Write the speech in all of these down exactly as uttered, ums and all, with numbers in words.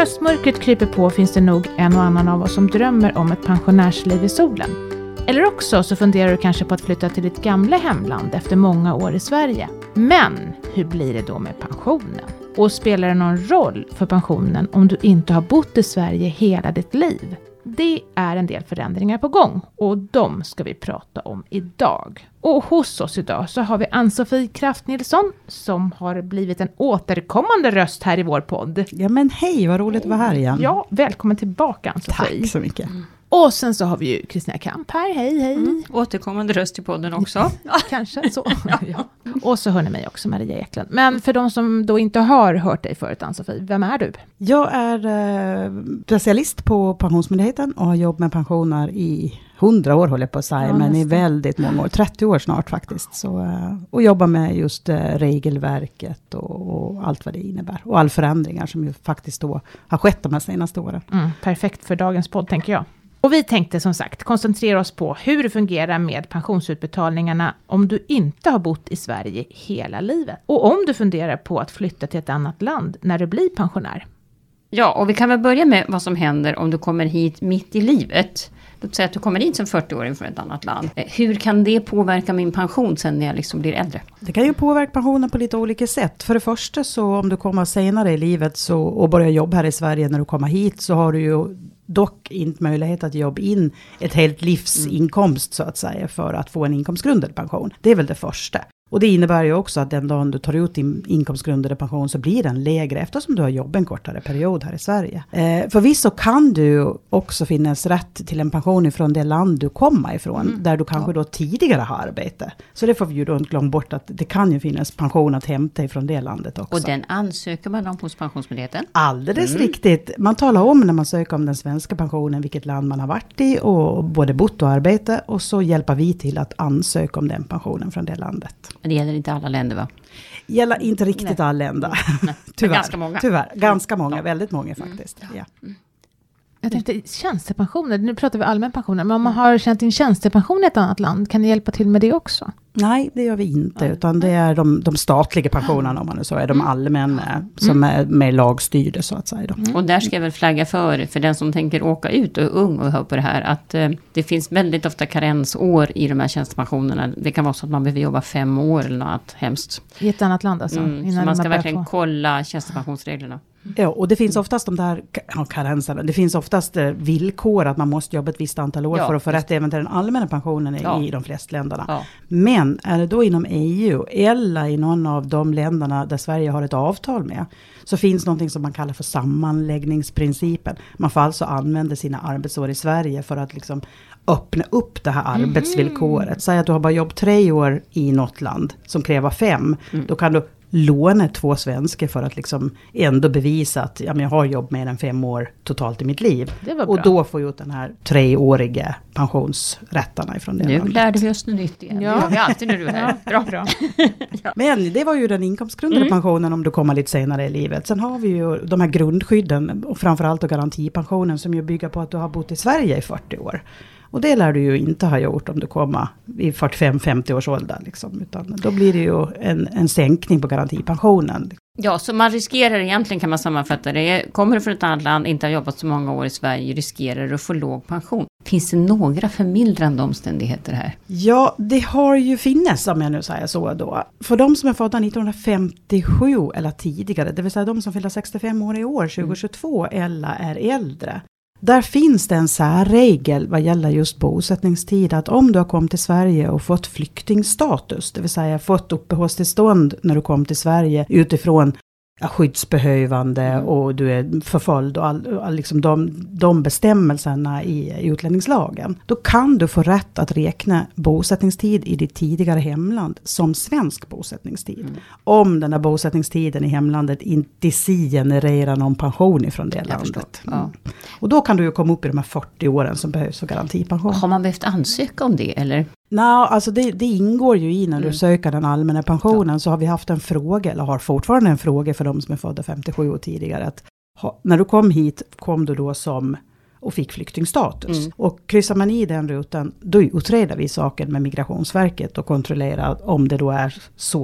höstmörkret kryper på finns det nog en och annan av oss som drömmer om ett pensionärsliv i solen. Eller också så funderar du kanske på att flytta till ditt gamla hemland efter många år i Sverige. Men hur blir det då med pensionen? Och spelar det någon roll för pensionen om du inte har bott i Sverige hela ditt liv? Det är en del förändringar på gång och de ska vi prata om idag. Och hos oss idag så har vi Ann-Sofie Kraft Nilsson som har blivit en återkommande röst här i vår podd. Ja men hej, vad roligt att vara här igen. Ja, välkommen tillbaka Ann-Sofie. Tack så mycket. Mm. Och sen så har vi ju Kristina Kamp här, hej hej. Mm. Återkommande röst i podden också. Kanske så. Ja. Och så hör ni mig också, Maria Eklund. Men för de som då inte har hört dig förut, Ann-Sofie, vem är du? Jag är eh, specialist på Pensionsmyndigheten och har jobbat med pensioner i hundra år håller jag på att säga, ja, men i väldigt många år, trettio år snart faktiskt. Så, eh, och jobbar med just eh, regelverket och, och allt vad det innebär. Och all förändringar som ju faktiskt då har skett de här senaste åren. Mm, perfekt för dagens podd tänker jag. Och vi tänkte som sagt koncentrera oss på hur det fungerar med pensionsutbetalningarna om du inte har bott i Sverige hela livet. Och om du funderar på att flytta till ett annat land när du blir pensionär. Ja, och vi kan väl börja med vad som händer om du kommer hit mitt i livet. Låt säga att du kommer hit som fyrtio-åring från ett annat land. Hur kan det påverka min pension sen när jag liksom blir äldre? Det kan ju påverka pensionen på lite olika sätt. För det första så om du kommer senare i livet så, och börjar jobba här i Sverige när du kommer hit så har du ju dock inte möjlighet att jobba in ett helt livs inkomst så att säga för att få en inkomstgrundad pension. Det är väl det första. Och det innebär ju också att den dagen du tar ut din inkomstgrundade pension så blir den lägre eftersom du har jobbat en kortare period här i Sverige. Eh, förvisso kan du också finnas rätt till en pension ifrån det land du kommer ifrån mm. där du kanske ja. då tidigare har arbete. Så det får vi ju då inte glömma bort att det kan ju finnas pension att hämta ifrån det landet också. Och den ansöker man om hos Pensionsmyndigheten? Alldeles mm. riktigt. Man talar om när man söker om den svenska pensionen vilket land man har varit i och både bott och arbete och så hjälper vi till att ansöka om den pensionen från det landet. Men det gäller inte alla länder va? Gäller inte riktigt Nej. alla länder. Nej. Tyvärr. Ganska många. Tyvärr. Ganska många, ja. väldigt många faktiskt. Mm. Ja. Mm. Jag tänkte tjänstepensioner, nu pratar vi allmän pensioner, men om man har känt in tjänstepension i ett annat land, kan ni hjälpa till med det också? Nej, det gör vi inte, utan det är de, de statliga pensionerna om man nu så är de allmänna som är mer lagstyrda så att säga. Då. Mm. Och där ska jag väl flagga för, för den som tänker åka ut och är ung och hör på det här, att eh, det finns väldigt ofta karensår i de här tjänstepensionerna. Det kan vara så att man behöver jobba fem år eller något hemskt. I ett annat land alltså? Mm, innan så man ska verkligen få... kolla tjänstepensionsreglerna. Ja, och det finns oftast de där ja, karenserna. Det finns oftast eh, villkor att man måste jobba ett visst antal år ja, för att få rätt även till den allmänna pensionen ja. i de flesta länderna. Ja. Men är det då inom E U eller i någon av de länderna där Sverige har ett avtal med så finns någonting som man kallar för sammanläggningsprincipen. Man får alltså använda sina arbetsår i Sverige för att liksom öppna upp det här arbetsvillkoret. Mm. Säg att du har bara jobbat tre år i något land som kräver fem. Mm. Då kan du låna två svenskar för att liksom ändå bevisa att ja, men jag har jobbat mer än fem år totalt i mitt liv. Och då får jag ut den här treåriga pensionsrätterna ifrån det. Nu landet. lärde vi oss något nytt igen. Ja. Det gör vi alltid när du är här. Bra, bra. Ja. Men det var ju den inkomstgrundade mm. pensionen om du kommer lite senare i livet. Sen har vi ju de här grundskydden och framförallt och garantipensionen som ju bygger på att du har bott i Sverige i fyrtio år. Och det lär du ju inte ha gjort om du kommer i fyrtiofem till femtio års ålder. Liksom. Utan då blir det ju en, en sänkning på garantipensionen. Ja, så man riskerar egentligen kan man sammanfatta det. Kommer du från ett annat land, inte har jobbat så många år i Sverige, riskerar du att få låg pension. Finns det några förmildrande omständigheter här? Ja, det har ju funnits om jag nu säger så då. För de som är födda nittonhundrafemtiosju eller tidigare, det vill säga de som fyller sextiofem år i år, tjugohundratjugotvå mm. eller är äldre. Där finns det en särregel vad gäller just bosättningstid att om du har kommit till Sverige och fått flyktingstatus, det vill säga fått uppehållstillstånd när du kom till Sverige utifrån ja, skyddsbehövande mm. och du är förföljd och all, all, liksom de, de bestämmelserna i utlänningslagen, då kan du få rätt att räkna bosättningstid i ditt tidigare hemland som svensk bosättningstid. Mm. Om den här bosättningstiden i hemlandet inte si genererar någon pension ifrån det Jag landet. Mm. Ja. Och då kan du ju komma upp i de här fyrtio åren som behövs för garantipension. Har man behövt ansöka om det eller? Nej, alltså det, det ingår ju i när du mm. söker den allmänna pensionen ja. Så har vi haft en fråga, eller har fortfarande en fråga för de som är födda femtiosju och tidigare. Att ha, när du kom hit kom du då som och fick flyktingstatus. Mm. Och kryssar man i den rutan, då utreder vi saken med Migrationsverket och kontrollerar om det då är så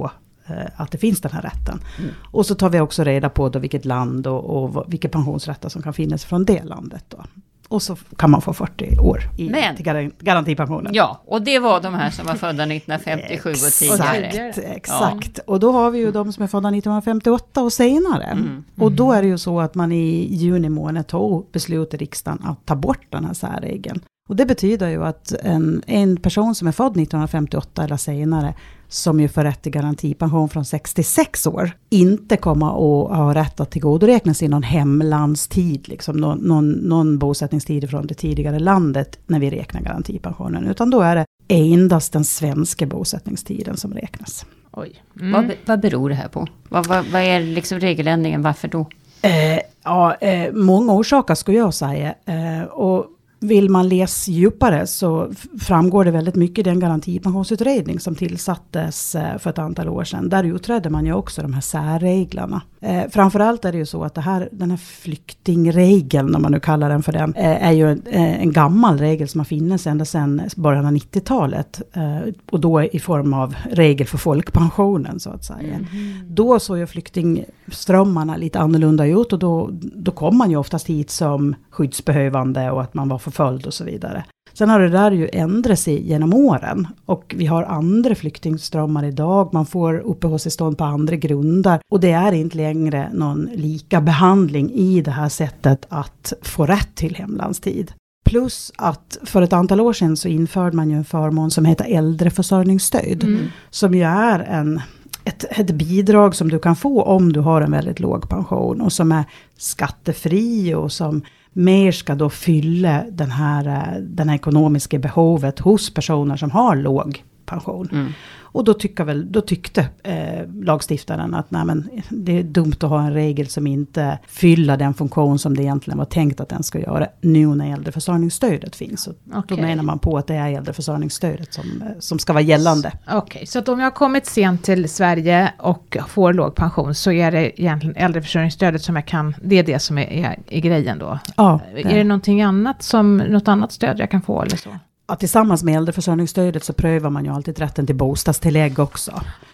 att det finns den här rätten. Mm. Och så tar vi också reda på då vilket land och, och vilka pensionsrätter som kan finnas från det landet då. Och så kan man få fyrtio år i, Men, till gar- garantipensionen. Ja, och det var de här som var födda nittonhundrafemtiosju och tidigare. Exakt, exakt. Ja. Och då har vi ju de som är födda nittonhundrafemtioåtta och senare. Mm. Och då är det ju så att man i juni månad tog beslut i riksdagen att ta bort den här särregeln. Och det betyder ju att en, en person som är född nittonhundrafemtioåtta eller senare, som ju får rätt till garantipension från sextiosex år, inte kommer att ha rätt att tillgodoräkna sig någon hemlandstid, liksom någon, någon, någon bosättningstid från det tidigare landet när vi räknar garantipensionen. Utan då är det endast den svenska bosättningstiden som räknas. Oj. Mm. Vad, vad beror det här på? Vad, vad, vad är liksom regeländringen? Varför då? Eh, ja, eh, många orsaker skulle jag säga. Eh, och vill man läsa djupare så framgår det väldigt mycket i den garantipensionsutredning som tillsattes för ett antal år sedan. Där utredde man ju också de här särreglerna. Eh, framförallt är det ju så att det här, den här flyktingregeln, om man nu kallar den för den, eh, är ju en, en gammal regel som har funnits ända sedan början av nittiotalet. Eh, och då i form av regel för folkpensionen så att säga. Mm. Då såg ju flyktingströmmarna lite annorlunda ut och då, då kom man ju oftast hit som skyddsbehövande och att man var förföljd och så vidare. Sen har det där ju ändrat sig genom åren och vi har andra flyktingströmmar idag. Man får uppehållstillstånd på andra grunder och det är inte längre någon lika behandling i det här sättet att få rätt till hemlandstid. Plus att för ett antal år sedan så införde man ju en förmån som heter äldreförsörjningsstöd. Mm. Som ju är en... Ett, ett bidrag som du kan få om du har en väldigt låg pension och som är skattefri och som mer ska då fylla den här, den här ekonomiska behovet hos personer som har låg pension. Mm. Och då, tycker väl, då tyckte eh, lagstiftaren att nej, men det är dumt att ha en regel som inte fyller den funktion som det egentligen var tänkt att den ska göra nu när äldreförsörjningsstödet finns. Och okay. Då menar man på att det är äldreförsörjningsstödet som, som ska vara gällande. Okej, okay. Så att om jag har kommit sent till Sverige och får låg pension så är det egentligen äldreförsörjningsstödet som jag kan, det är det som är, är, är grejen då? Ja. Det. Är det någonting annat som, något annat stöd jag kan få eller så? Ja, tillsammans med äldreförsörjningsstödet så prövar man ju alltid rätten till bostadstillägg också.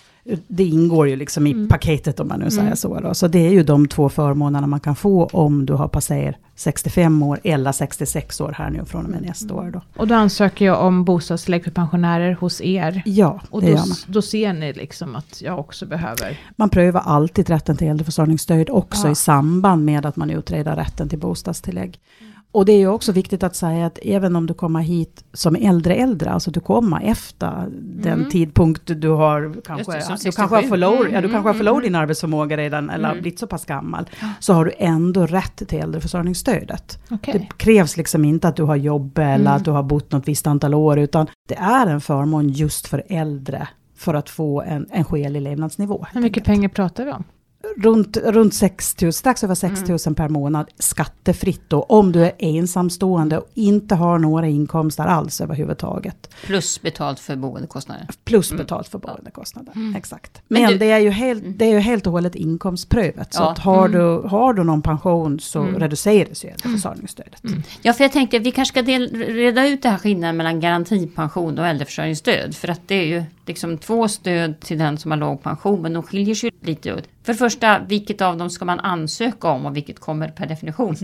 Det ingår ju liksom i mm. paketet om man nu säger mm. så. Då. Så det är ju de två förmånerna man kan få om du har passerat sextiofem år eller sextiosex år här nu från och med nästa år. Då. Och då ansöker jag om bostadstillägg för pensionärer hos er. Ja, och då, då ser ni liksom att jag också behöver. Man prövar alltid rätten till äldreförsörjningsstöd också ja. I samband med att man utreder rätten till bostadstillägg. Och det är ju också viktigt att säga att även om du kommer hit som äldre äldre, alltså du kommer efter den mm. tidpunkt du har kanske, det, du kanske har förlorat, mm. ja, du kanske har förlorat mm. din arbetsförmåga redan eller mm. blivit så pass gammal, så har du ändå rätt till äldreförsörjningsstödet. Okay. Det krävs liksom inte att du har jobb eller mm. att du har bott något visst antal år, utan det är en förmån just för äldre för att få en, en skälig levnadsnivå. Hur mycket pengar pratar vi om? Runt, runt sex tusen, strax över sex tusen mm. per månad skattefritt då, om du är ensamstående och inte har några inkomster alls överhuvudtaget. Plus betalt för boendekostnader. Plus mm. betalt för boendekostnader, mm. exakt. Men, Men du, det, är ju helt, det är ju helt och hållet inkomstprövat. Så ja. att har, mm. du, har du någon pension så mm. reduceras ju mm. försörjningsstödet. Mm. Ja, för jag tänkte att vi kanske ska del, reda ut det här skillnaden mellan garantipension och äldreförsörjningsstöd. För att det är ju liksom två stöd till den som har låg pension, men de skiljer sig lite ut. För det första, vilket av dem ska man ansöka om och vilket kommer per definition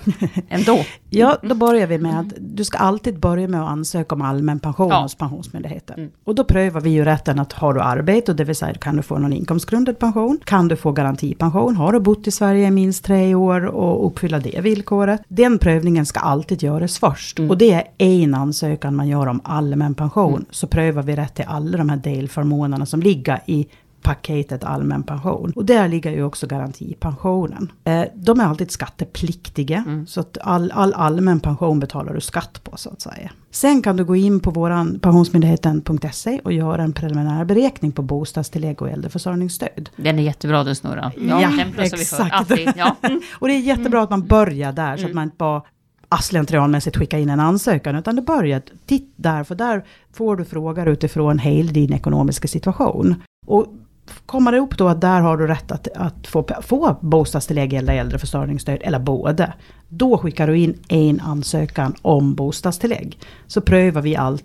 ändå? Ja, då börjar vi med att du ska alltid börja med att ansöka om allmän pension ja. hos Pensionsmyndigheten. Mm. Och då prövar vi ju rätten att har du arbete, och det vill säga kan du få någon inkomstgrundad pension, kan du få garantipension, har du bott i Sverige i minst tre år och uppfylla det villkoret. Den prövningen ska alltid göras först. Mm. Och det är en ansökan man gör om allmän pension. Mm. Så prövar vi rätt till alla de här delförmånerna som ligger i paketet allmän pension. Och där ligger ju också garantipensionen. Eh, de är alltid skattepliktiga. Mm. Så att all, all allmän pension betalar du skatt på så att säga. Sen kan du gå in på våran pensionsmyndigheten punkt se och göra en preliminär beräkning på bostadstillägg och äldreförsörjningsstöd. Den är jättebra den snurran. Ja, ja den exakt. Vi för. Ja. Och det är jättebra att man börjar där mm. så att man inte bara slentrianmässigt skicka in en ansökan, utan det börjar titta där, för där får du frågor utifrån hela din ekonomiska situation. Och kommer det upp då att där har du rätt att, att få, få bostadstillägg eller äldreförsörjningsstöd eller båda, då skickar du in en ansökan om bostadstillägg. Så prövar vi alltid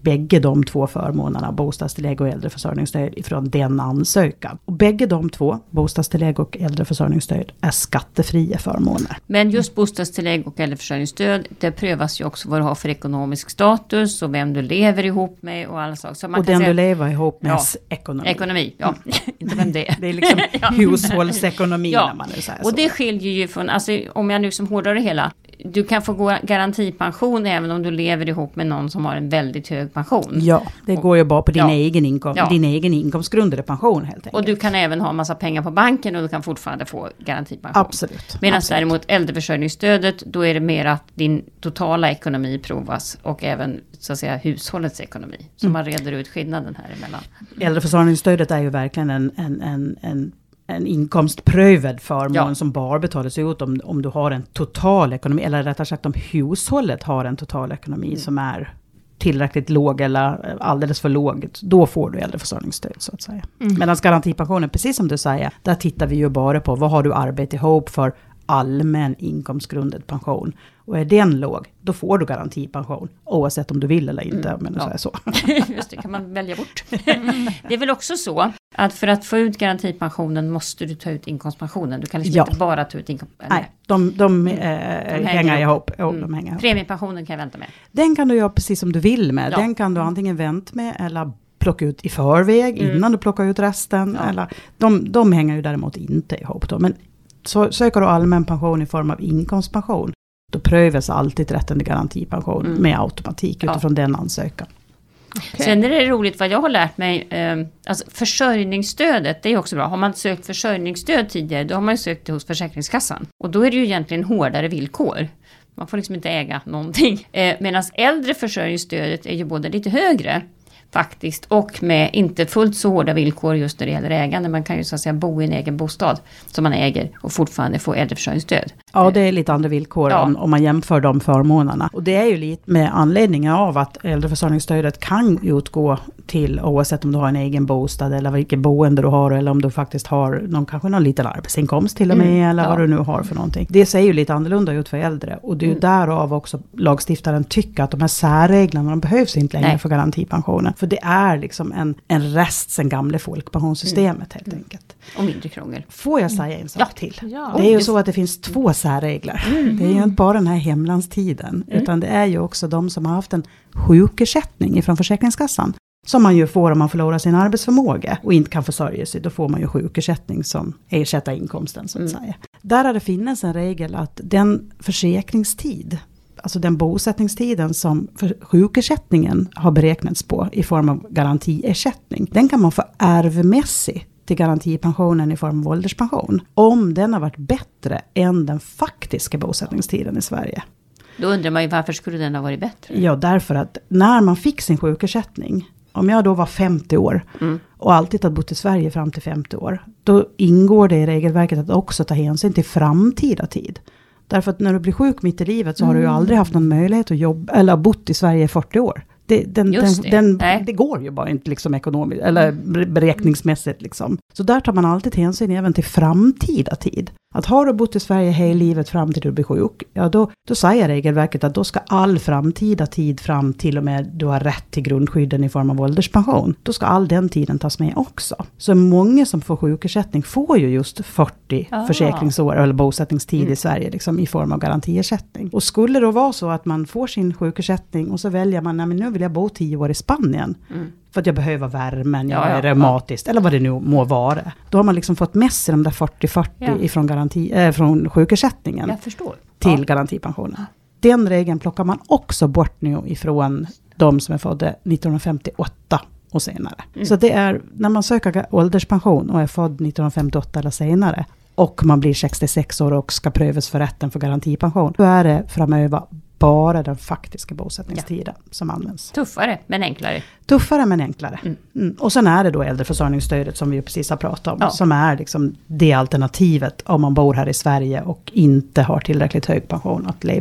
bägge de två förmånerna, bostadstillägg och äldreförsörjningsstöd, ifrån den ansökan. Och bägge de två, bostadstillägg och äldreförsörjningsstöd, är skattefria förmåner. Men just bostadstillägg och äldreförsörjningsstöd, det prövas ju också vad du har för ekonomisk status och vem du lever ihop med och alla saker. Så man och kan den säga, du lever ihop med ja, ekonomi. Ekonomi, ja. Inte vem det är. Det är liksom ja. hushållsekonomi ja. när man nu säger och så. det skiljer ju från, alltså om jag nu som hårdare det hela, du kan få gå garantipension även om du lever ihop med någon som har en väldigt hög pension. Ja, det går ju bara på din, ja. egen, inkom- ja. din egen inkomstgrundade pension helt enkelt. Och du kan även ha en massa pengar på banken och du kan fortfarande få garantipension. Absolut. Medan Absolut. däremot äldreförsörjningsstödet, då är det mer att din totala ekonomi provas och även så att säga hushållets ekonomi. Så mm. man reder ut skillnaden här emellan. Äldreförsörjningsstödet är ju verkligen en, en, en, en en inkomstprövad förmån ja. som bara betalas ut om, om du har en total ekonomi, eller rättare sagt om hushållet har en total ekonomi mm. som är tillräckligt låg eller alldeles för låg, då får du äldreförsörjningsstöd så att säga. Mm. Medan garantipensionen, precis som du säger, där tittar vi ju bara på vad har du arbete ihop för allmän inkomstgrundad pension. Och är den låg, då får du garantipension. Oavsett om du vill eller inte, mm, men ja. så. Just det, kan man välja bort. Det är väl också så att för att få ut garantipensionen måste du ta ut inkomstpensionen. Du kan liksom ja. inte bara ta ut inkomstpensionen. Nej, de, de, eh, de hänger ihop. Jo, mm. de hänger ihop. Premiepensionen kan jag vänta med. Den kan du göra precis som du vill med. Ja. Den kan du antingen vänta med eller plocka ut i förväg mm. innan du plockar ut resten. Ja. Eller, de, de hänger ju däremot inte ihop då. Men så, söker du allmän pension i form av inkomstpension, då prövas alltid rätten till garantipension mm. med automatik utifrån ja. den ansökan. Okay. Sen är det roligt vad jag har lärt mig, eh, alltså försörjningsstödet, det är också bra. Har man sökt försörjningsstöd tidigare, då har man ju sökt det hos Försäkringskassan. Och då är det ju egentligen hårdare villkor. Man får liksom inte äga någonting. Eh, Medan äldre försörjningsstödet är ju både lite högre faktiskt och med inte fullt så hårda villkor just när det gäller ägande. Man kan ju så att säga bo i en egen bostad som man äger och fortfarande få äldreförsörjningsstöd. Ja, det är lite andra villkor ja. om, om man jämför de förmånerna. Och det är ju lite med anledning av att äldreförsörjningsstödet kan utgå till oavsett om du har en egen bostad eller vilket boende du har eller om du faktiskt har någon, kanske någon liten arbetsinkomst till och med mm, eller ja. vad du nu har för någonting. Det ser ju lite annorlunda ut för äldre och det är ju mm. därav också lagstiftaren tycker att de här särreglerna de behövs inte längre Nej. för garantipensionen. För det är liksom en, en rest sen gamla folkpensionssystemet mm. helt enkelt. Och mindre krångel. Får jag säga en sak ja. till? Ja. Det är ju så att det finns två särregler. Mm. Det är ju inte bara den här hemlandstiden mm. utan det är ju också de som har haft en sjukersättning ifrån Försäkringskassan. Som man ju får om man förlorar sin arbetsförmåga och inte kan försörja sig. Då får man ju sjukersättning som ersätter inkomsten så att mm. säga. Där har det funnits en regel att den försäkringstid, alltså den bosättningstiden som sjukersättningen har beräknats på i form av garantiersättning, den kan man få ärvmässigt till garantipensionen i form av ålderspension. Om den har varit bättre än den faktiska bosättningstiden i Sverige. Då undrar man ju varför skulle den ha varit bättre? Ja, därför att när man fick sin sjukersättning, om jag då var femtio år mm. och alltid har bott i Sverige fram till femtio år, då ingår det i regelverket att också ta hänsyn till framtida tid. Därför att när du blir sjuk mitt i livet så har mm. du ju aldrig haft någon möjlighet att jobba eller bott i Sverige i fyrtio år. Det, den, Just den, det. Den, det går ju bara inte liksom ekonomiskt eller beräkningsmässigt liksom. Så där tar man alltid hänsyn även till framtida tid. Att har du bott i Sverige hela livet fram till du blir sjuk, ja då, då säger regelverket att då ska all framtida tid fram till och med du har rätt till grundskydden i form av ålderspension. Då ska all den tiden tas med också. Så många som får sjukersättning får ju just fyrtio ah. försäkringsår eller bosättningstid mm. i Sverige liksom, i form av garantiersättning. Och skulle det då vara så att man får sin sjukersättning och så väljer man, nej men nu vill jag bo tio år i Spanien. Mm. För att jag behöver värmen, jag ja, ja, är reumatiskt, ja. eller vad det nu må vara. Då har man liksom fått med sig de där fyrtio fyrtio ja. ifrån, garanti, äh, från sjukersättningen jag förstår. till Ja. garantipensionen. Ja. Den regeln plockar man också bort nu ifrån de som är födda nittonhundrafemtioåtta och senare. Mm. Så det är, när man söker ålderspension och är född nittonhundrafemtioåtta eller senare och man blir sextiosex år och ska prövas för rätten för garantipension, då är det framöver bara den faktiska bosättningstiden ja. som används. Tuffare men enklare. Tuffare men enklare. Mm. Mm. Och sen är det då äldreförsörjningsstödet som vi precis har pratat om. Ja. Som är liksom det alternativet om man bor här i Sverige och inte har tillräckligt hög pension att leva på då.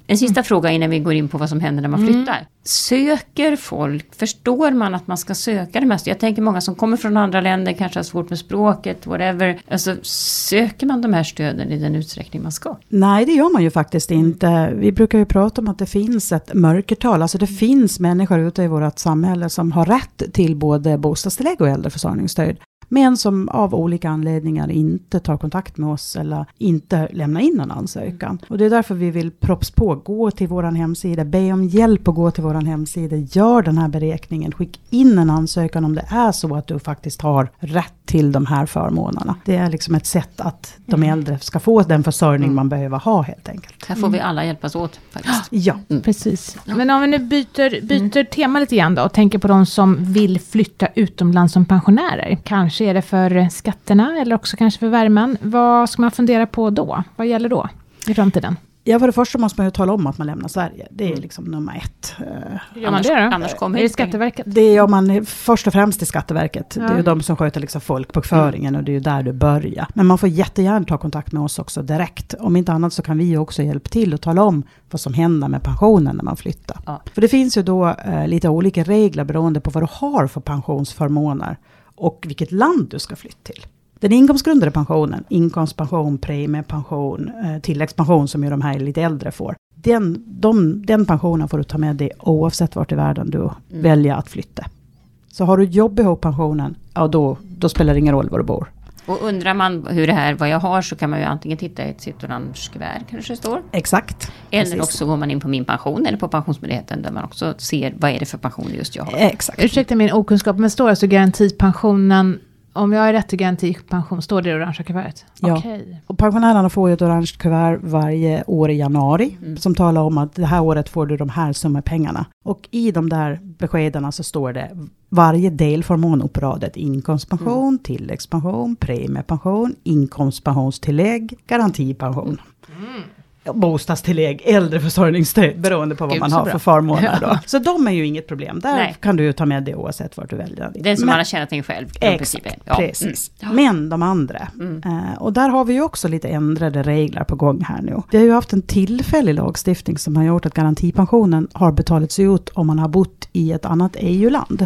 En sista mm. fråga innan vi går in på vad som händer när man flyttar. Mm. Söker folk, förstår man att man ska söka det mest? Jag tänker många som kommer från andra länder kanske har svårt med språket, whatever. Alltså söker man de här stöden i den utsträckning man ska? Nej, det gör man ju faktiskt inte. Vi brukar ju prata om att det finns ett mörkertal. Alltså det finns människor ute i vårt samhälle som har rätt till både bostadstillägg och äldreförsörjningsstöd. Men som av olika anledningar inte tar kontakt med oss eller inte lämnar in en ansökan. Och det är därför vi vill propps på. Gå till vår hemsida, be om hjälp och gå till vår hemsida. Gör den här beräkningen. Skick in en ansökan om det är så att du faktiskt har rätt till de här förmånerna. Det är liksom ett sätt att de äldre ska få den försörjning mm. man behöver ha helt enkelt. Här får vi alla hjälpas åt faktiskt. Ja, mm. precis. Ja. Men om vi nu byter, byter mm. tema lite grann då och tänker på de som vill flytta utomlands som pensionärer. Kanske är det för skatterna eller också kanske för värmen. Vad ska man fundera på då? Vad gäller då i framtiden? Ja, för det första måste man ju tala om att man lämnar Sverige. Det är liksom nummer ett. Hur gör man det då? Annars kommer är det Skatteverket? Det gör man först och främst till Skatteverket. Ja. Det är ju de som sköter liksom folkbokföringen mm. och det är ju där du börjar. Men man får jättegärna ta kontakt med oss också direkt. Om inte annat så kan vi också hjälpa till och tala om vad som händer med pensionen när man flyttar. Ja. För det finns ju då eh, lite olika regler beroende på vad du har för pensionsförmåner och vilket land du ska flytta till. Den inkomstgrundade pensionen, inkomstpension, premiepension, eh, tilläggspension som ju de här lite äldre får. Den, de, den pensionen får du ta med dig oavsett vart i världen du mm. väljer att flytta. Så har du jobb ihop pensionen, ja då, då spelar det ingen roll var du bor. Och undrar man hur det här, vad jag har, så kan man ju antingen titta i ett sitt orange kuvert kanske det står. Exakt. Eller precis. Också går man in på min pension eller på Pensionsmyndigheten där man också ser vad är det för pension just jag har. Exakt. Ursäkta min okunskap, men står alltså garantipensionen, om jag är rätt till garantipension, står det i orange kuvertet? Ja. Okay. Och pensionärerna får ju ett orange kuvert varje år i januari mm. som talar om att det här året får du de här summa pengarna. Och i de där beskeden så står det varje delförmån uppradet: inkomstpension, mm. tilläggspension, premiepension, inkomstpensionstillägg, garantipension. Mm. Bostadstillägg, äldreförsörjningsstöd beroende på vad Gud, man har bra. för förmåner då. Så de är ju inget problem. Där Nej. kan du ju ta med det oavsett vart du väljer. Den som Men, man har tjänat in själv. Exakt, ja. precis. Mm. Men de andra. Mm. Eh, och där har vi ju också lite ändrade regler på gång här nu. Vi har ju haft en tillfällig lagstiftning som har gjort att garantipensionen har betalats ut om man har bott i ett annat E U-land.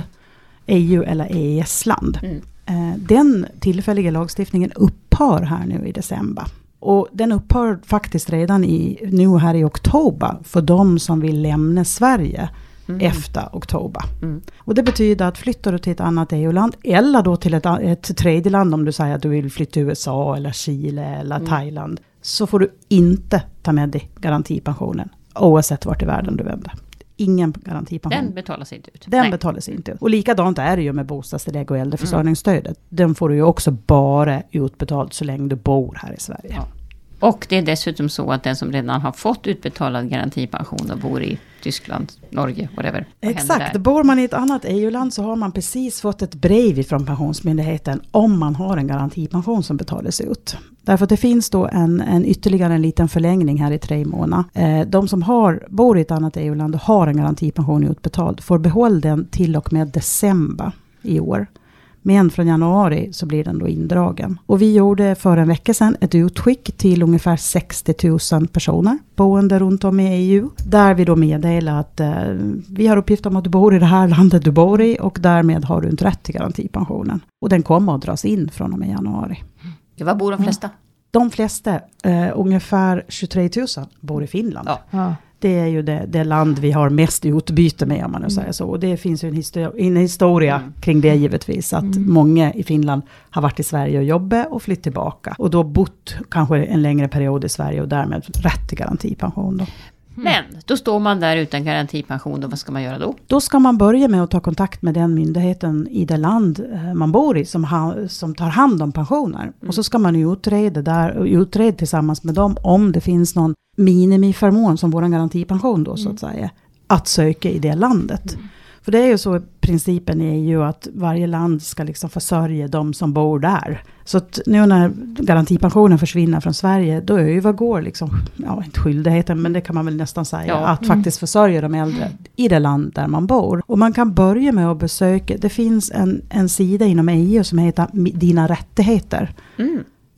E U eller E E S-land. Mm. Eh, den tillfälliga lagstiftningen upphör här nu i december. Och den upphör faktiskt redan i, nu här i oktober för de som vill lämna Sverige mm. efter oktober. Mm. Och det betyder att flyttar du till ett annat E U-land eller då till ett, ett tredje land, om du säger att du vill flytta till U S A eller Chile eller mm. Thailand, så får du inte ta med dig garantipensionen oavsett vart i världen du vänder. Ingen garantipension. Den betalas inte ut. Den Nej. betalas inte ut. Och likadant är det ju med bostadstillägg och äldreförsörjningsstödet. Mm. Den får du ju också bara utbetalt så länge du bor här i Sverige. Ja. Och det är dessutom så att den som redan har fått utbetalad garantipension och bor i Tyskland, Norge, whatever. Exakt, bor man i ett annat E U-land så har man precis fått ett brev från Pensionsmyndigheten om man har en garantipension som betalas ut. Därför att det finns då en, en ytterligare en liten förlängning här i tre månader. Eh, de som har, bor i ett annat E U-land och har en garantipension utbetald får behålla den till och med december i år. Men från januari så blir den då indragen. Och vi gjorde för en vecka sedan ett utskick till ungefär sextio tusen personer boende runt om i E U. Där vi då meddelar att eh, vi har uppgift om att du bor i det här landet du bor i och därmed har du inte rätt till garantipensionen. Och den kommer att dras in från och med januari. Det var bor de flesta? Ja. De flesta, eh, ungefär tjugotre tusen, bor i Finland. Ja. Ja. Det är ju det, det land vi har mest utbyte med, om man nu säger mm. så. Och det finns ju en, histori- en historia mm. kring det givetvis. Att mm. många i Finland har varit i Sverige och jobbat och flytt tillbaka. Och då bott kanske en längre period i Sverige och därmed rätt till garantipension då. Men då står man där utan garantipension och vad ska man göra då? Då ska man börja med att ta kontakt med den myndigheten i det land man bor i som, ha, som tar hand om pensioner. Mm. Och så ska man utreda, där, utreda tillsammans med dem om det finns någon minimiförmån som vår garantipension då mm. så att säga. Att söka i det landet. Mm. För det är ju så principen är ju att varje land ska liksom försörja de som bor där. Så att nu när garantipensionen försvinner från Sverige, då övergår liksom, ja inte skyldigheten, men det kan man väl nästan säga, ja. att mm. faktiskt försörja de äldre i det land där man bor. Och man kan börja med att besöka, det finns en, en sida inom E U som heter Dina rättigheter. Mm.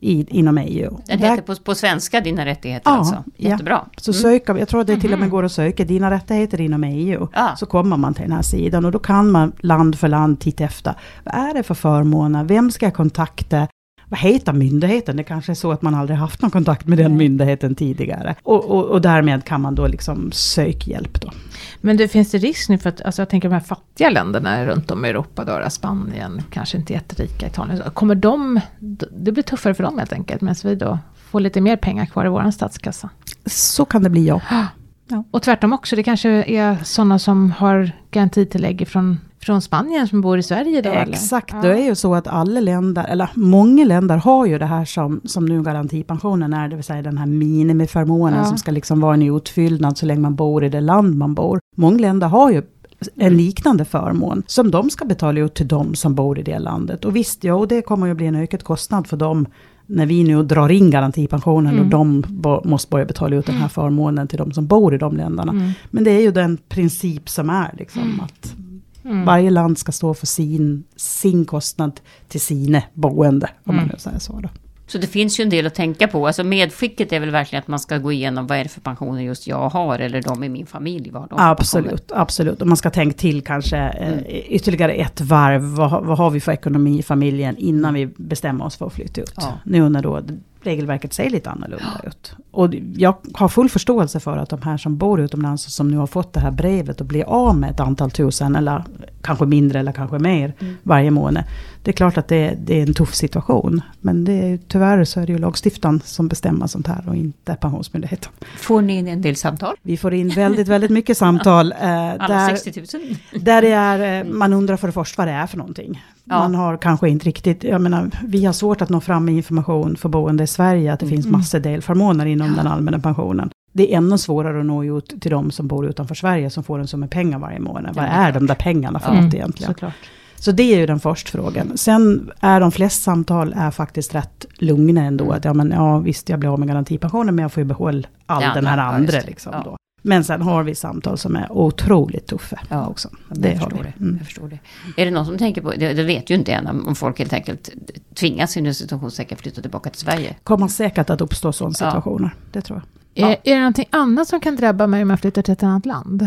i, inom E U. Den Där, heter på, på svenska Dina rättigheter ja, alltså. Jättebra. Ja. Så mm. söka, jag tror att det till och med går att söka Dina rättigheter inom E U. Ja. Så kommer man till den här sidan och då kan man land för land titta efter. Vad är det för förmåner? Vem ska jag kontakta? Vad heter myndigheten? Det kanske är så att man aldrig haft någon kontakt med den mm. myndigheten tidigare. Och, och, och därmed kan man då liksom söka hjälp då. Men det finns det risk nu för att, alltså jag tänker de här fattiga länderna runt om i Europa, då, Spanien, kanske inte jätterika, Italien. Kommer de, det blir tuffare för dem helt enkelt, medan vi då får lite mer pengar kvar i vår statskassa? Så kan det bli, ja. ja. Och tvärtom också, det kanske är sådana som har garantitillägg från Från Spanien som bor i Sverige då? Exakt, eller? Det är ju så att alla länder, eller många länder har ju det här som, som nu garantipensionen är, det vill säga den här minimiförmånen ja. som ska liksom vara en utfyllnad så länge man bor i det land man bor. Många länder har ju en liknande förmån som de ska betala ut till de som bor i det landet. Och visst, ja, och det kommer ju bli en ökad kostnad för dem när vi nu drar in garantipensionen mm. och de bo- måste börja betala ut den här förmånen till de som bor i de länderna. Mm. Men det är ju den princip som är liksom mm. att Mm. varje land ska stå för sin, sin kostnad till sina boende, om mm. man nu säger så då. Så det finns ju en del att tänka på. Alltså medskicket är väl verkligen att man ska gå igenom vad är det för pensioner just jag har eller de i min familj. Vad de absolut, absolut. Och man ska tänka till kanske mm. eh, ytterligare ett varv. Vad, vad har vi för ekonomi i familjen innan vi bestämmer oss för att flytta ut? Ja. Nu när då regelverket ser lite annorlunda ja. ut. Och jag har full förståelse för att de här som bor utomlands som nu har fått det här brevet och blir av med ett antal tusen eller kanske mindre eller kanske mer mm. varje månad. Det är klart att det, det är en tuff situation. Men det är, tyvärr så är det ju lagstiftaren som bestämmer sånt här och inte pensionsmyndigheten. Får ni in en del samtal? Vi får in väldigt, väldigt mycket samtal. Eh, Alla där, sextio tusen? Där det är, eh, man undrar för det första vad det är för någonting. Ja. Man har kanske inte riktigt, jag menar, vi har svårt att nå fram med information för boende i Sverige att det mm. finns massor delförmåner inom ja. den allmänna pensionen. Det är ännu svårare att nå ut till de som bor utanför Sverige som får en summa pengar varje månad. Vad är de där pengarna för ja. något egentligen? Såklart. Så det är ju den första frågan. Sen är de flesta samtal är faktiskt rätt lugna ändå. Att ja, men, ja visst jag blir av med garantipensionen men jag får ju behålla all ja, den här ja, andra. Liksom, ja. då. Men sen har vi samtal som är otroligt tuffa ja, också. Det jag, förstår det. Mm. jag förstår det. Är det någon som tänker på, det, det vet ju inte än om folk helt enkelt tvingas in i situationssäkert flytta tillbaka till Sverige. Kommer säkert att uppstå sådana situationer, ja. det tror jag. Är, ja. är det någonting annat som kan drabba mig om jag flyttar till ett annat land?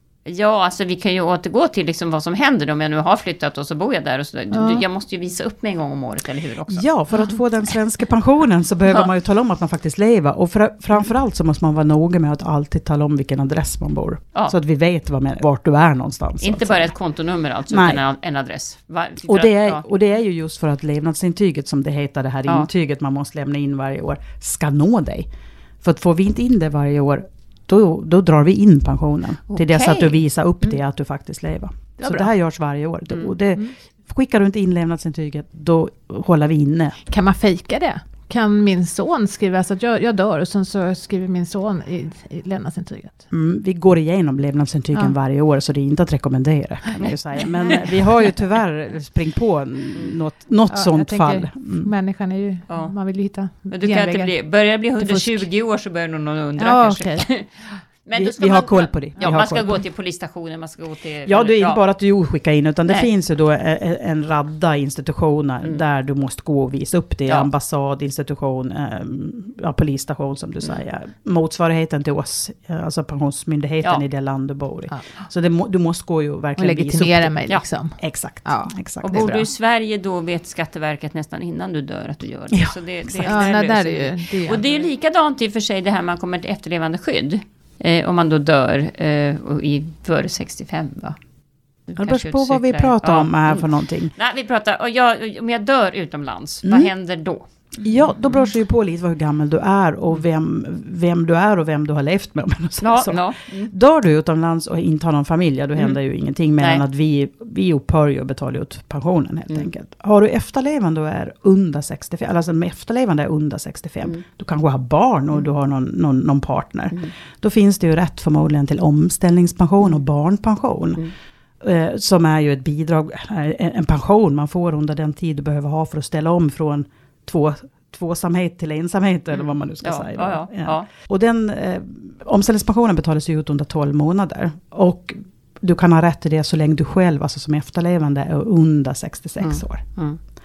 Ja, alltså vi kan ju återgå till liksom vad som händer om jag nu har flyttat och så bor jag där. Och så. Ja. Jag måste ju visa upp mig en gång om året, eller hur också? Ja, för att få den svenska pensionen så behöver ja. man ju tala om att man faktiskt lever. Och för, framförallt så måste man vara noga med att alltid tala om vilken adress man bor. Ja. Så att vi vet vad man, vart du är någonstans. Inte bara ett kontonummer alltså, Nej. utan en, en adress. Var, och, det är, att, ja. och det är ju just för att levnadsintyget, som det heter, det här ja. intyget man måste lämna in varje år, ska nå dig. För att får vi inte in det varje år, Då, då drar vi in pensionen okay. till dess att du visar upp det att du faktiskt lever. Ja, så bra. Det här görs varje år. Mm. Och det, skickar du inte inlämnadsintyget, då håller vi inne. Kan man fejka det? Kan min son skriva så att jag, jag dör och sen så skriver min son i, i lämnadsintyget? Mm, vi går igenom lämnadsintygen ja. varje år så det är inte att rekommendera kan man ju säga. Men vi har ju tyvärr springt på något, något ja, sånt fall. Mm. Människan är ju, ja. man vill ju hitta Men du kan inte bli, börjar bli hundratjugo år så börjar någon undra ja, kanske. Okay. Men vi, vi har koll på det. Ja, man ska gå till polisstationen, man ska gå till... Ja, det är inte bara att du skickar in, utan Nej. det finns ju då en, en radda institutioner mm. där du måste gå och visa upp det. Ja. Ambassad, institution, ähm, ja, polisstation som du mm. säger. Motsvarigheten till oss, alltså pensionsmyndigheten ja. i det land du bor i. Ja. Så det, du måste gå ju verkligen och visa upp det. mig liksom. Ja. Exakt. Ja. Exakt. Och bor du i Sverige då vet Skatteverket nästan innan du dör att du gör det. Ja. Så det, det, det ja, där där är ju, det är och det är ju likadant i och för sig det här man kommer till efterlevande skydd. Eh, om man då dör eh, och i före sextiofem va? Det beror på vad vi pratar ja. om här för någonting. Nej, vi pratar, och jag, om jag dör utomlands, mm. vad händer då? Ja, då beror det ju på lite hur gammal du är och vem, vem du är och vem du har levt med. Ja, ja. Mm. Dör du utomlands och inte har någon familj, då mm. händer ju ingenting mer än att vi, vi upphör ju att betala ut pensionen helt mm. enkelt. Har du efterlevande och är under sextiofem, alltså med efterlevande är under sextiofem, mm. du kanske har barn och mm. du har någon, någon, någon partner. Mm. Då finns det ju rätt förmodligen till omställningspension och barnpension. Mm. Eh, som är ju ett bidrag, en, en pension man får under den tid du behöver ha för att ställa om från två, tvåsamhet till ensamhet, mm. eller vad man nu ska ja, säga. Ja, ja, ja. Ja. Och den eh, omställningspensionen betalas ju ut under tolv månader. Och du kan ha rätt till det så länge du själv, alltså som efterlevande, är under sextiosex mm. år. Mm.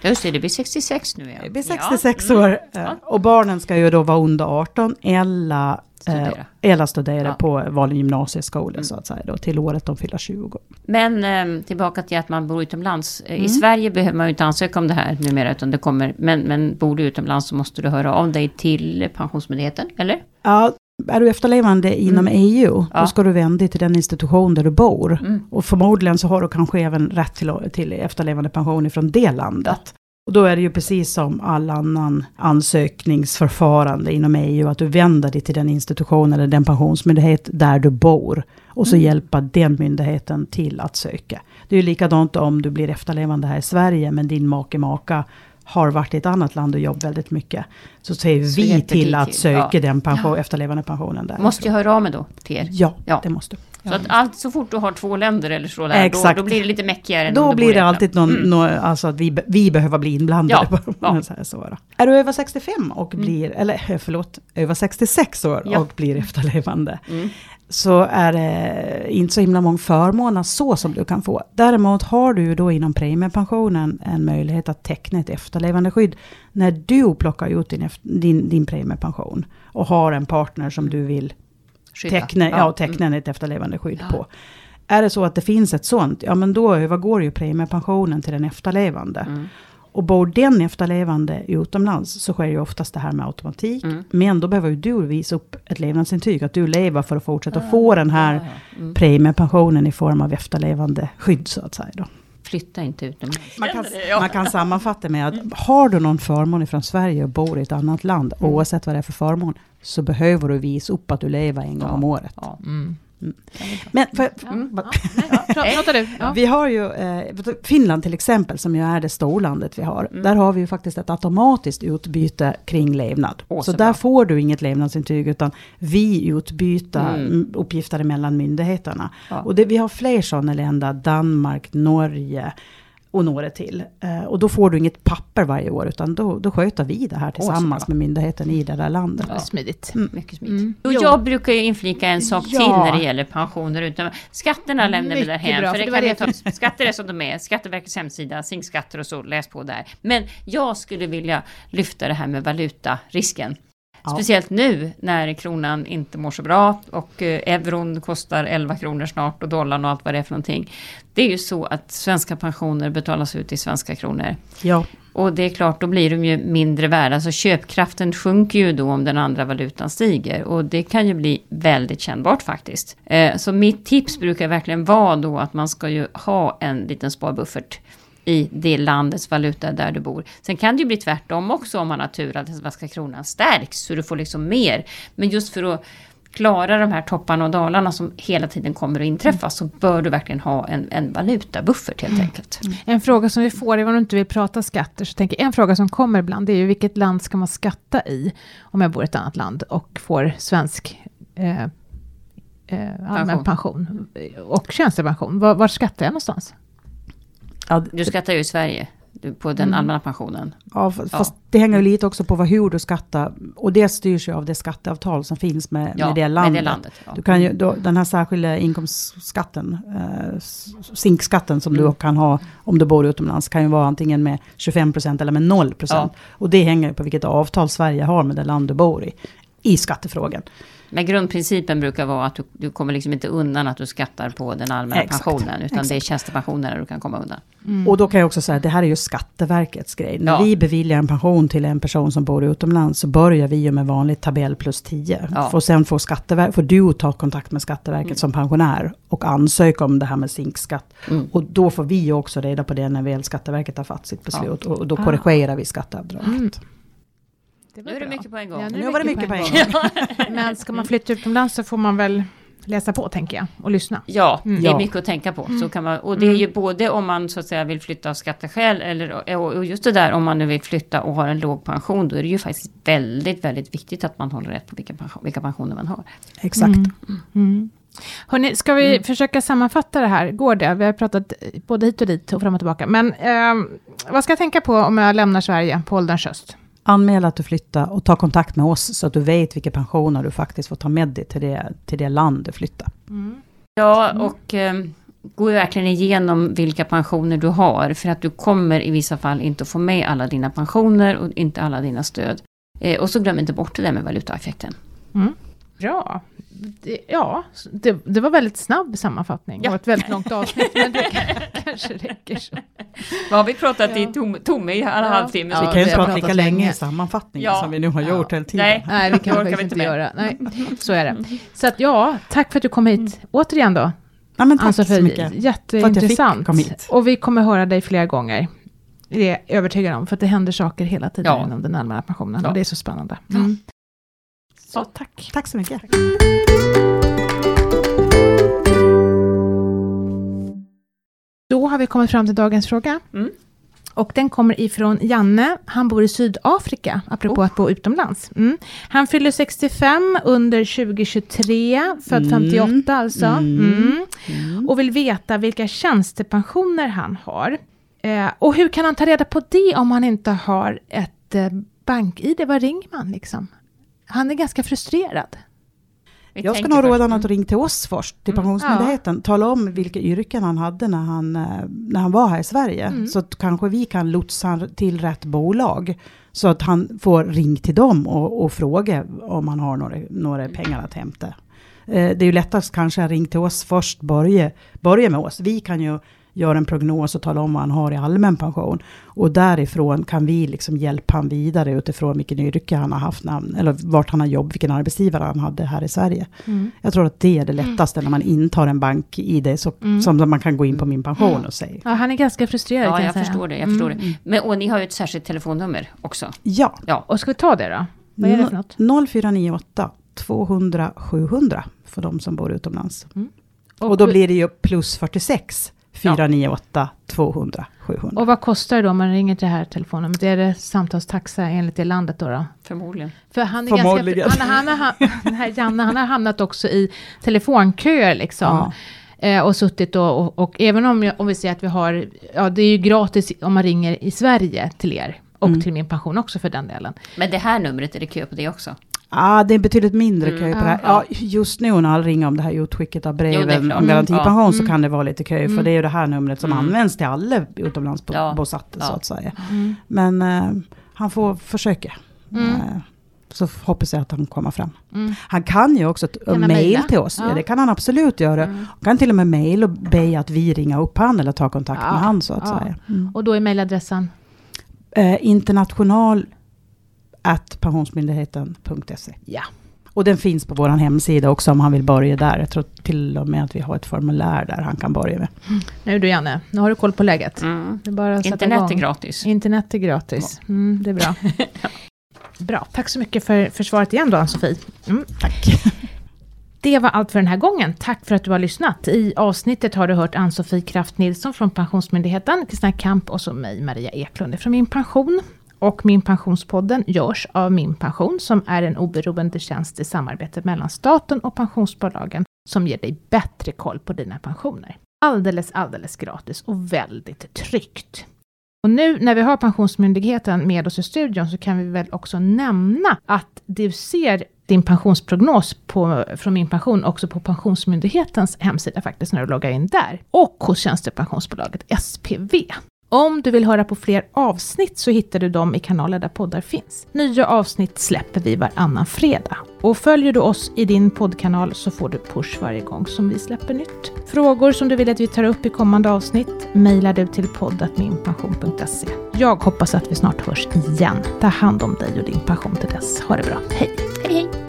Just det, det blir sextiosex nu. Ja. Det blir sextiosex ja. år. Mm. Ja. Och barnen ska ju då vara under arton eller studera, eh, eller studera ja. på vanlig gymnasieskola mm. så att säga då, till året de fyller tjugo. Men eh, tillbaka till att man bor utomlands. Mm. I Sverige behöver man ju inte ansöka om det här numera, utan det kommer, men, men bor du utomlands så måste du höra av dig till Pensionsmyndigheten, eller? Ja. Är du efterlevande inom mm. E U, ja. då ska du vända dig till den institution där du bor. Mm. Och förmodligen så har du kanske även rätt till, till efterlevande pension från det landet. Ja. Och då är det ju precis som all annan ansökningsförfarande inom E U, att du vänder dig till den institution eller den pensionsmyndighet där du bor. Och så mm. hjälpa den myndigheten till att söka. Det är ju likadant om du blir efterlevande här i Sverige, men din make-maka har varit i ett annat land och jobbat väldigt mycket. Så säger så vi till att till. söka ja. den pension, ja. efterlevande pensionen där. Måste jag höra av mig då till er? Ja, ja. det måste. Så att allt, så fort du har två länder eller så där, då, då blir det lite mäckigare. Då än blir det alltid någon, mm. någon, alltså att vi, vi behöver bli inblandade. Ja. Ja. Så här, så då. Är du över sextiofem och mm. blir, eller förlåt, över sextiosex år ja. och blir efterlevande. Mm. Så är det inte så himla många förmåner så som du kan få. Däremot har du då inom premiepensionen en möjlighet att teckna ett efterlevande skydd när du plockar ut din, din, din premiepension och har en partner som du vill teckna, ja. Ja, teckna mm. ett efterlevande skydd ja. på. Är det så att det finns ett sånt, ja men då övergår ju premiepensionen till den efterlevande. Mm. Och bor den efterlevande utomlands så sker ju oftast det här med automatik. Mm. Men då behöver ju du visa upp ett levnadsintyg att du lever för att fortsätta ah, få den här ja, ja. Mm. premiepensionen i form av efterlevande skydd så att säga då. Flytta inte utomlands. Man kan, man kan sammanfatta med att har du någon förmån från Sverige och bor i ett annat land, mm. oavsett vad det är för förmån, så behöver du visa upp att du lever en gång ja. om året. Ja. Mm. Mm. Men för, mm. ja. Nej, ja. du. Ja. Vi har ju eh, Finland till exempel, som ju är det storlandet vi har. Mm. Där har vi ju faktiskt ett automatiskt utbyte kring levnad. Åh, så, så där får du inget levnadsintyg, utan vi utbyter mm. uppgifter mellan myndigheterna. Ja. Och det, vi har fler sådana länder, Danmark, Norge och några till. Eh, och då får du inget papper varje år, utan då, då sköter vi det här tillsammans med myndigheten i det där landet. Ja. Smidigt. Mm. Mycket smidigt. Mm. Och jag brukar ju inflika en sak ja. till när det gäller pensioner. Utan skatterna lämnar vi där hem. Bra, för det, det kan vi ta, skatter är som de är. Skatteverkets hemsida, zinkskatter och så, läs på där. Men jag skulle vilja lyfta det här med valutarisken. Ja. Speciellt nu när kronan inte mår så bra och eh, euron kostar elva kronor snart och dollarn och allt vad det är för någonting. Det är ju så att svenska pensioner betalas ut i svenska kronor. Ja. Och det är klart, då blir de ju mindre värda. Så köpkraften sjunker ju då om den andra valutan stiger. Och det kan ju bli väldigt kännbart faktiskt. Eh, så mitt tips brukar verkligen vara då att man ska ju ha en liten sparbuffert i det landets valuta där du bor. Sen kan det ju bli tvärtom också om man har tur att den svenska kronan stärks så du får liksom mer. Men just för att klara de här topparna och dalarna som hela tiden kommer att inträffa, så bör du verkligen ha en, en valutabuffert helt mm. enkelt. Mm. En fråga som vi får, även om du inte vill prata skatter, så tänker jag, en fråga som kommer ibland, det är ju vilket land ska man skatta i om jag bor i ett annat land och får svensk eh, eh, allmän pension. pension och tjänstepension. Var, var skattar jag någonstans? Ja, du skattar ju i Sverige på den mm. allmänna pensionen. Ja, fast ja. det hänger ju lite också på vad, hur du skattar. Och det styrs ju av det skatteavtal som finns med, ja, med det landet. Med det landet ja. Du kan ju, då, den här särskilda inkomstskatten, eh, zinkskatten som mm. du kan ha om du bor utomlands, kan ju vara antingen med tjugofem procent eller med noll procent. Ja. Och det hänger på vilket avtal Sverige har med det land du bor i, i skattefrågan. Men grundprincipen brukar vara att du, du kommer liksom inte undan att du skattar på den allmänna Exakt. pensionen. Utan Exakt. det är tjänstepensionen du kan komma undan. Mm. Och då kan jag också säga att det här är ju Skatteverkets grej. När ja. vi beviljar en pension till en person som bor utomlands, så börjar vi ju med vanligt tabell plus tio. Ja. Och sen får, Skattever- får du ta kontakt med Skatteverket mm. som pensionär och ansöka om det här med zinkskatt. Mm. Och då får vi också reda på det när väl Skatteverket har fattat sitt beslut. Ja. Och då korrigerar ah. vi skatteavdraget. Mm. Nu är det mycket på en gång. Ja, nu, nu var det mycket på en gång. Men ska man flytta utomlands så får man väl läsa på, tänker jag, och lyssna. Ja, mm. det är mycket att tänka på. Så kan man, och det är ju både om man så att säga vill flytta av skatteskäl, eller, och just det där om man nu vill flytta och har en låg pension, då är det ju faktiskt väldigt, väldigt viktigt att man håller rätt på vilka, pension, vilka pensioner man har. Exakt. Mm. Mm. Hörrni, ska vi mm. försöka sammanfatta det här? Går det? Vi har pratat både hit och dit och fram och tillbaka. Men eh, vad ska jag tänka på om jag lämnar Sverige på ålderns höst? Anmäla att du flyttar och ta kontakt med oss så att du vet vilka pensioner du faktiskt får ta med dig till det, till det land du flyttar. Mm. Ja, och eh, går ju verkligen igenom vilka pensioner du har. För att du kommer i vissa fall inte att få med alla dina pensioner och inte alla dina stöd. Eh, och så glöm inte bort det där med valutaeffekten. Mm. Bra. Det, ja, det, det var väldigt snabb sammanfattning. Ja. Och ett väldigt långt avsnitt, men det kanske räcker så. Vad har vi pratat ja. i tom, tomme i en ja. halvtimme? Ja, vi kan ju inte prata lika länge i sammanfattningen ja. som vi nu har gjort ja. hela tiden. Nej, Nej det kan vi faktiskt inte göra. Nej, så är det. Så att ja, tack för att du kom hit. Mm. Återigen då. Ja, men tack Ann-Sofie, så mycket. Jätteintressant. Och vi kommer höra dig flera gånger. Det är jag övertygad om, för att det händer saker hela tiden ja. inom den allmänna pensionen. Ja. Och det är så spännande. Mm. Så ja. tack. Tack så mycket. Då har vi kommit fram till dagens fråga. Mm. Och den kommer ifrån Janne. Han bor i Sydafrika, apropå oh. att bo utomlands. Mm. Han fyller sextiofem under tjugohundratjugotre, född mm. femtioåtta alltså. Mm. Mm. Mm. Och vill veta vilka tjänstepensioner han har. Eh, och hur kan han ta reda på det om han inte har ett eh, bank-I D? Vad ringer man liksom? Han är ganska frustrerad. Vi jag ska nog råda att ringa till oss först, till Pensionsmyndigheten. Ja. Tala om vilka yrken han hade när han, när han var här i Sverige. Mm. Så att kanske vi kan lotsa till rätt bolag. Så att han får ring till dem och, och fråga om han har några, några pengar att hämta. Eh, det är ju lättast kanske att ringa till oss först, börja, börja med oss. Vi kan ju göra en prognos och tala om vad han har i allmän pension. Och därifrån kan vi liksom hjälpa han vidare utifrån vilken yrke han har haft, namn, eller vart han har jobb, vilken arbetsgivare han hade här i Sverige. Mm. Jag tror att det är det lättaste mm. när man intar en bank-I D så, mm. som man kan gå in på min pension mm. och säga. Ja, han är ganska frustrerad. Ja, kan jag, jag säga. förstår det. Jag förstår mm. det. Men, och ni har ju ett särskilt telefonnummer också. Ja. ja. Och ska vi ta det då? Vad är det för något? noll fyra nio åtta tvåhundra sjuhundra för de som bor utomlands. Mm. Och, och då blir det ju plus fyrtiosex. fyra nio åtta tvåhundra sjuhundra. Och vad kostar det då om man ringer till det här telefonnumret? Är det samtalstaxa enligt det landet då? då? Förmodligen. För han är Förmodligen. ganska... Han, han, han, den här Janne, han har hamnat också i telefonköer liksom. Ja. Eh, och suttit och, och, och även om, jag, om vi säger att vi har... Ja, det är ju gratis om man ringer i Sverige till er. Och mm. till min pension också för den delen. Men det här numret, är det kö på det också? Ja, ah, det är betydligt mindre kö mm. på det här. Ja, just nu när alla ringer om det här utskicket av breven om garantipension mm. så kan det vara lite kö. Mm. För det är ju det här numret som mm. används till alla utomlandsbosatta ja. så att säga. Mm. Men uh, han får försöka. Mm. Uh, så hoppas jag att han kommer fram. Mm. Han kan ju också t- mejl till oss. Ja. Ja, det kan han absolut göra. Mm. Han kan till och med mejl och be att vi ringer upp han eller ta kontakt ja. med han så att ja. säga. Mm. Och då är mejladressen? Uh, international at pensionsmyndigheten punkt se. Ja. Och den finns på vår hemsida också om han vill börja där. Jag tror till och med att vi har ett formulär där han kan börja med. Mm. Nu du Janne, nu har du koll på läget. Mm. Det är bara att Internet igång. är gratis. Internet är gratis. Mm, det är bra. Bra, tack så mycket för, för svaret igen då Ann-Sofie. Mm. Tack. Det var allt för den här gången. Tack för att du har lyssnat. I avsnittet har du hört Ann-Sofie Kraft Nilsson från Pensionsmyndigheten, Kristina Kamp och så mig, Maria Eklund från Min Pension. Och Min Pensionspodden görs av Min Pension som är en oberoende tjänst i samarbete mellan staten och pensionsbolagen som ger dig bättre koll på dina pensioner. Alldeles, alldeles gratis och väldigt tryggt. Och nu när vi har Pensionsmyndigheten med oss i studion så kan vi väl också nämna att du ser din pensionsprognos på, från Min Pension också på Pensionsmyndighetens hemsida faktiskt när du loggar in där. Och hos tjänstepensionsbolaget S P V. Om du vill höra på fler avsnitt så hittar du dem i kanaler där poddar finns. Nya avsnitt släpper vi varannan fredag. Och följer du oss i din poddkanal så får du push varje gång som vi släpper nytt. Frågor som du vill att vi tar upp i kommande avsnitt mejlar du till podd at min pension punkt se. Jag hoppas att vi snart hörs igen. Ta hand om dig och din pension till dess. Ha det bra. Hej! Hej hej!